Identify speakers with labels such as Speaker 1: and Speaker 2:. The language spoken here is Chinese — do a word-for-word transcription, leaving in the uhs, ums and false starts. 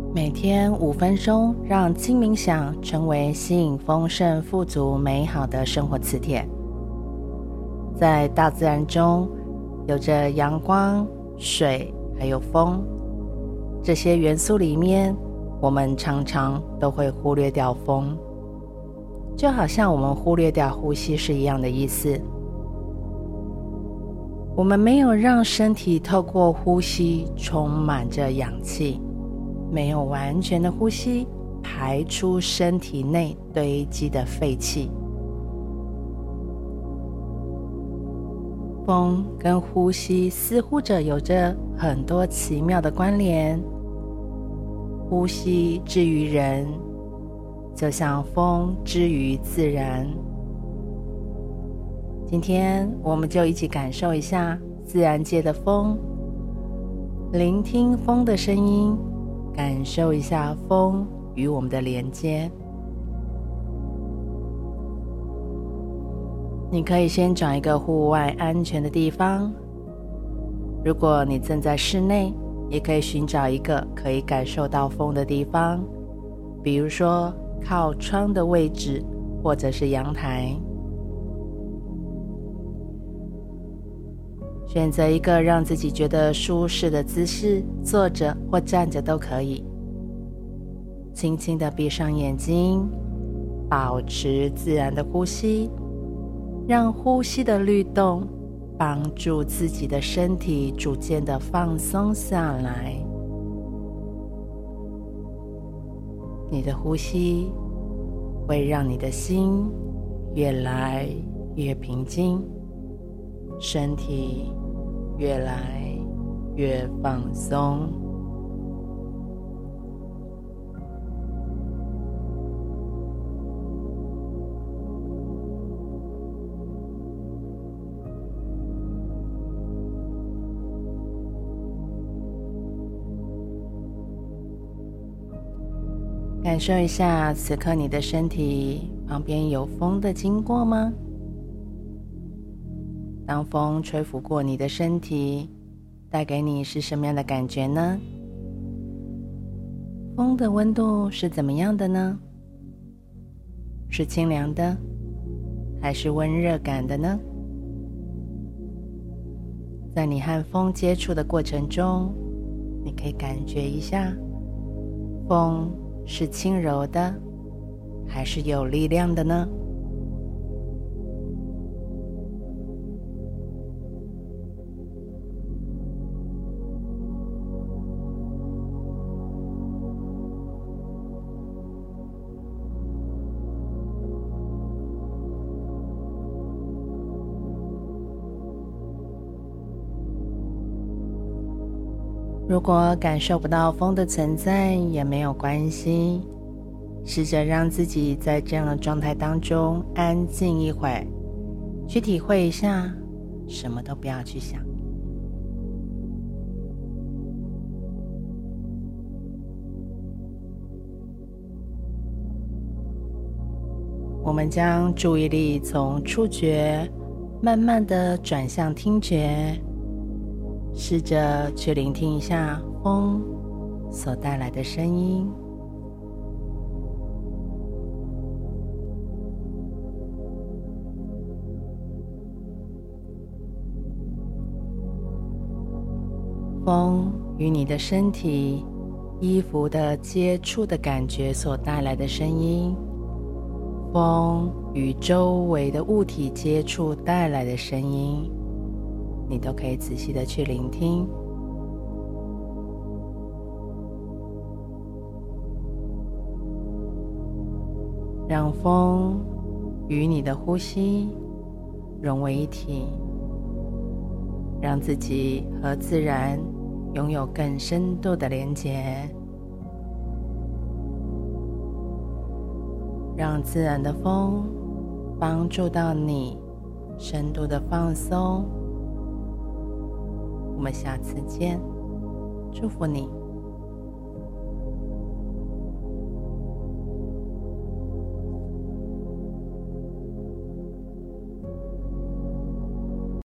Speaker 1: 每天五分钟，让轻冥想成为吸引丰盛、富足、美好的生活磁铁。在大自然中，有着阳光、水还有风，这些元素里面，我们常常都会忽略掉风，就好像我们忽略掉呼吸是一样的意思。我们没有让身体透过呼吸充满着氧气，没有完全的呼吸排出身体内堆积的废气。风跟呼吸似乎着有着很多奇妙的关联。呼吸之于人，就像风之于自然。今天我们就一起感受一下自然界的风，聆听风的声音，感受一下风与我们的连接。你可以先找一个户外安全的地方，如果你正在室内，也可以寻找一个可以感受到风的地方，比如说靠窗的位置，或者是阳台。选择一个让自己觉得舒适的姿势，坐着或站着都可以。轻轻地闭上眼睛，保持自然的呼吸，让呼吸的律动帮助自己的身体逐渐的放松下来。你的呼吸会让你的心越来越平静，身体越来越放松。感受一下，此刻你的身体旁边有风的经过吗？当风吹拂过你的身体，带给你是什么样的感觉呢？风的温度是怎么样的呢？是清凉的，还是温热感的呢？在你和风接触的过程中，你可以感觉一下，风是轻柔的，还是有力量的呢？如果感受不到风的存在也没有关系，试着让自己在这样的状态当中安静一会儿，去体会一下，什么都不要去想。我们将注意力从触觉慢慢的转向听觉，试着去聆听一下风所带来的声音。风与你的身体、衣服的接触的感觉所带来的声音，风与周围的物体接触带来的声音，你都可以仔细的去聆听。让风与你的呼吸融为一体，让自己和自然拥有更深度的连结，让自然的风帮助到你深度的放松。我们下次见，祝福你。